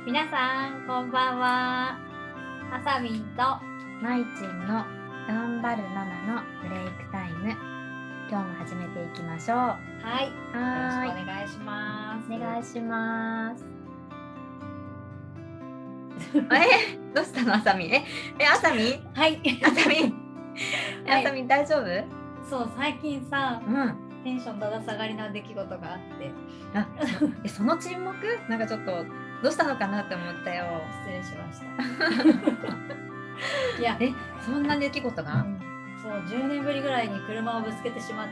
皆さんこんばんは。あさみんとまいちんの頑張るママのブレイクタイム、今日も始めていきましょう。 はい、よろしくお願いします。 お願いします。どうしたのあさみん？あさみん？ はい。 あさみん、あさみん大丈夫？ そう、最近さ、 うん。 テンションだだ下がりな出来事があって。 その沈黙？なんかちょっとどうしたのかなって思ったよ。 失礼しました。いや、 そんな出来事が？ そう、10年ぶりぐらいに車をぶつけてしまって、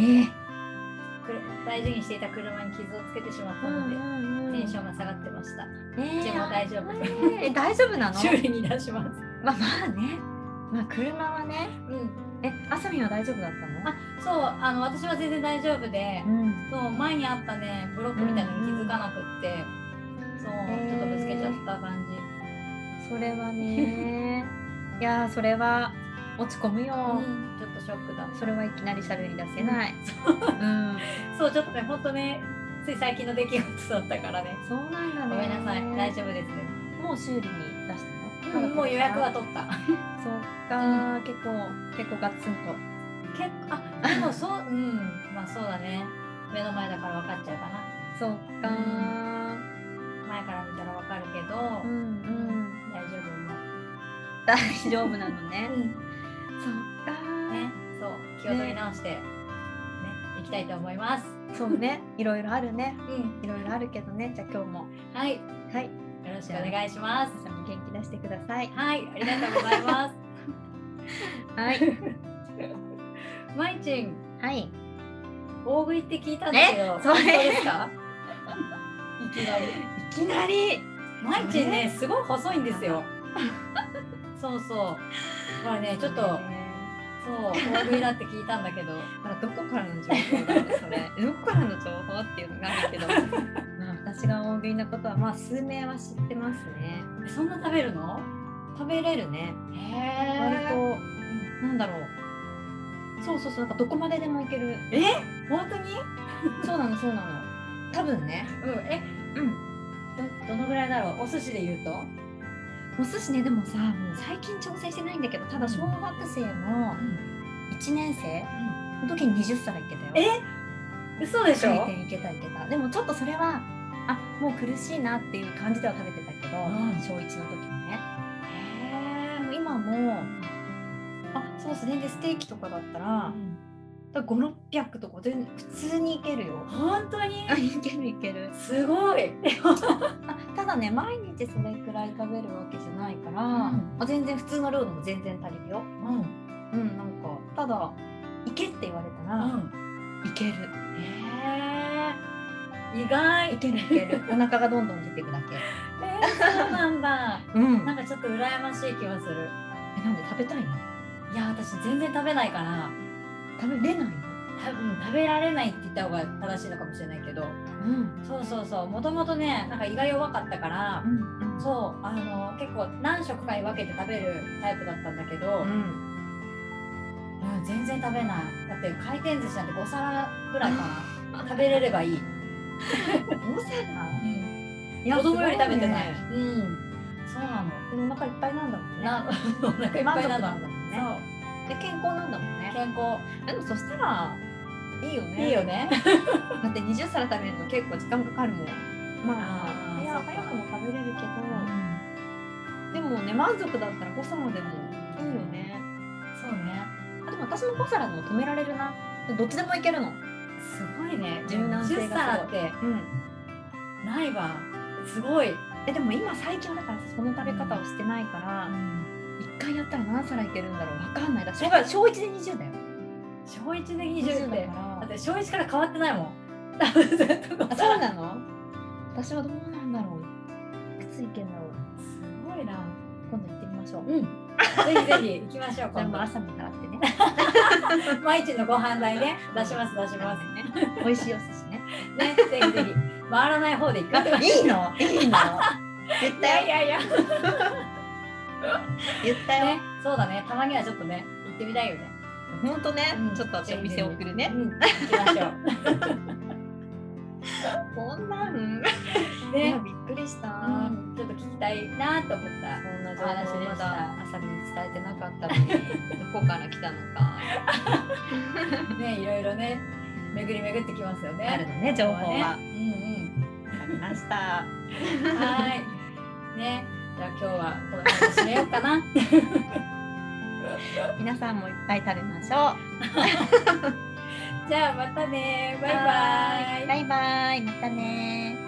大事にしていた車に傷をつけてしまったので、テンションが下がってました。うちも大丈夫。 大丈夫なの？ 修理に出します。 まあね。まあ車はね。あさみんは大丈夫だったの？ そう、私は全然大丈夫で、そう前にあったねブロックみたいなのに気づかなくって、そうちょっとぶつけちゃった感じ。 それはねいやそれは落ち込むよ、 ちょっとショックだ。 それはいきなり喋り出せない。 そうちょっとね、ほんとね、つい最近の出来事だったからね。 そうなんだね。 ごめんなさい、大丈夫ですね。 もう修理に出したの？ もう予約は取った。 そっか、結構ガツンと。 でもそう、まあそうだね。目の前だから分かっちゃうかな。 そっか、 前から見たら分かるけど、大丈夫も。 大丈夫なのね。そっかね、そう気を取り直してね、行きたいと思います。 そうね、いろいろあるね。いろいろあるけどね。じゃあ今日もはい、 よろしくお願いします。 皆さんも元気出してください。 はい、ありがとうございます。 はい。 まいちん、 大食いって聞いたんだけど、本当ですか？いきなり。まいちんね、すごい細いんですよ。そうそう。これね、ちょっと、そう、大食いだって聞いたんだけど。 どこからの情報だろう、それ。どこからの情報っていうのがあるけど。私が大食いなことは、数名は知ってますね。 そんな食べるの？ 食べれるね。割と、なんだろう。そうなんかどこまででもいける。 本当に？ そうなの。多分ね。 どのぐらいだろう。お寿司で言うと？ お寿司ね、でもさ、もう最近挑戦してないんだけど、ただ小学生の1年生の時に20皿いけたよ。 嘘でしょ？ 回転いけた。でもちょっとそれは、もう苦しいなっていう感じでは食べてたけど、小1の時もね。今も、そうですね。でステーキとかだったら、500、600とか普通にいけるよ。 本当に？ いける。すごい。ただね、毎日それくらい食べるわけじゃないから、全然普通の量でも全然足りるよ。なんかただいけって言われたら、いける。 意外。 いける。お腹がどんどん出てくだけ。 そうなんだ。なんかちょっと羨ましい気がする。 なんで食べたいの？ いや、私全然食べないから。 食べれないの？ 食べられないって言った方が正しいのかもしれないけど、そうもともとね、なんか胃が弱かったから、そう結構何食かに分けて食べるタイプだったんだけど、全然食べない。だって回転寿司なんて5皿ぐらいかな。食べれればいい。 5皿？ 子供より食べてない。そうなの。 でもお腹いっぱいなんだもんね。 お腹いっぱいなんだもんね。 で健康なんだもんね。 健康。 でもそしたらいいよね。 いいよね。 だって20皿食べるの結構時間かかるもん。いや早くも食べれるけど、でもね満足だったら5皿でもいいよね。 そうね。 でも私も5皿でも止められるな。どっちでもいけるの。 すごいね。 柔軟性がすごい。 10皿ってないわ。すごい。 でも今最近だからその食べ方をしてないから、1回やったら何皿いけるんだろう。分かんない。だ小1で20だよ。 小1で20ってだって小1から変わってないもん。 そうなの？私はどうなんだろう。いくついけんだろう。 すごいな。 今度行ってみましょう。 ぜひぜひ行きましょう。 今度朝に習ってね。 毎日のご飯代ね、出しますね。 美味しいお寿司ね。 ぜひぜひ回らない方で行く。 いいの？言ったよ。 いや。 言ったよ。 そうだね。たまにはちょっとね、行ってみたいよね。 本当ね。ちょっとお店送るね。 行きましょう。 こんなん。びっくりした。 たいなと思ったそんなお情報話でした。 まだあさみに伝えてなかったのにどこから来たのかね、いろいろね巡り巡ってきますよね。 あるのね情報は。 ね、うんうん。 わかりました。 はい。ね、じゃあ今日はこの辺で締めようかな。 皆さんもいっぱい食べましょう。 じゃあまたね。バイバイ。 バイバイ。またね。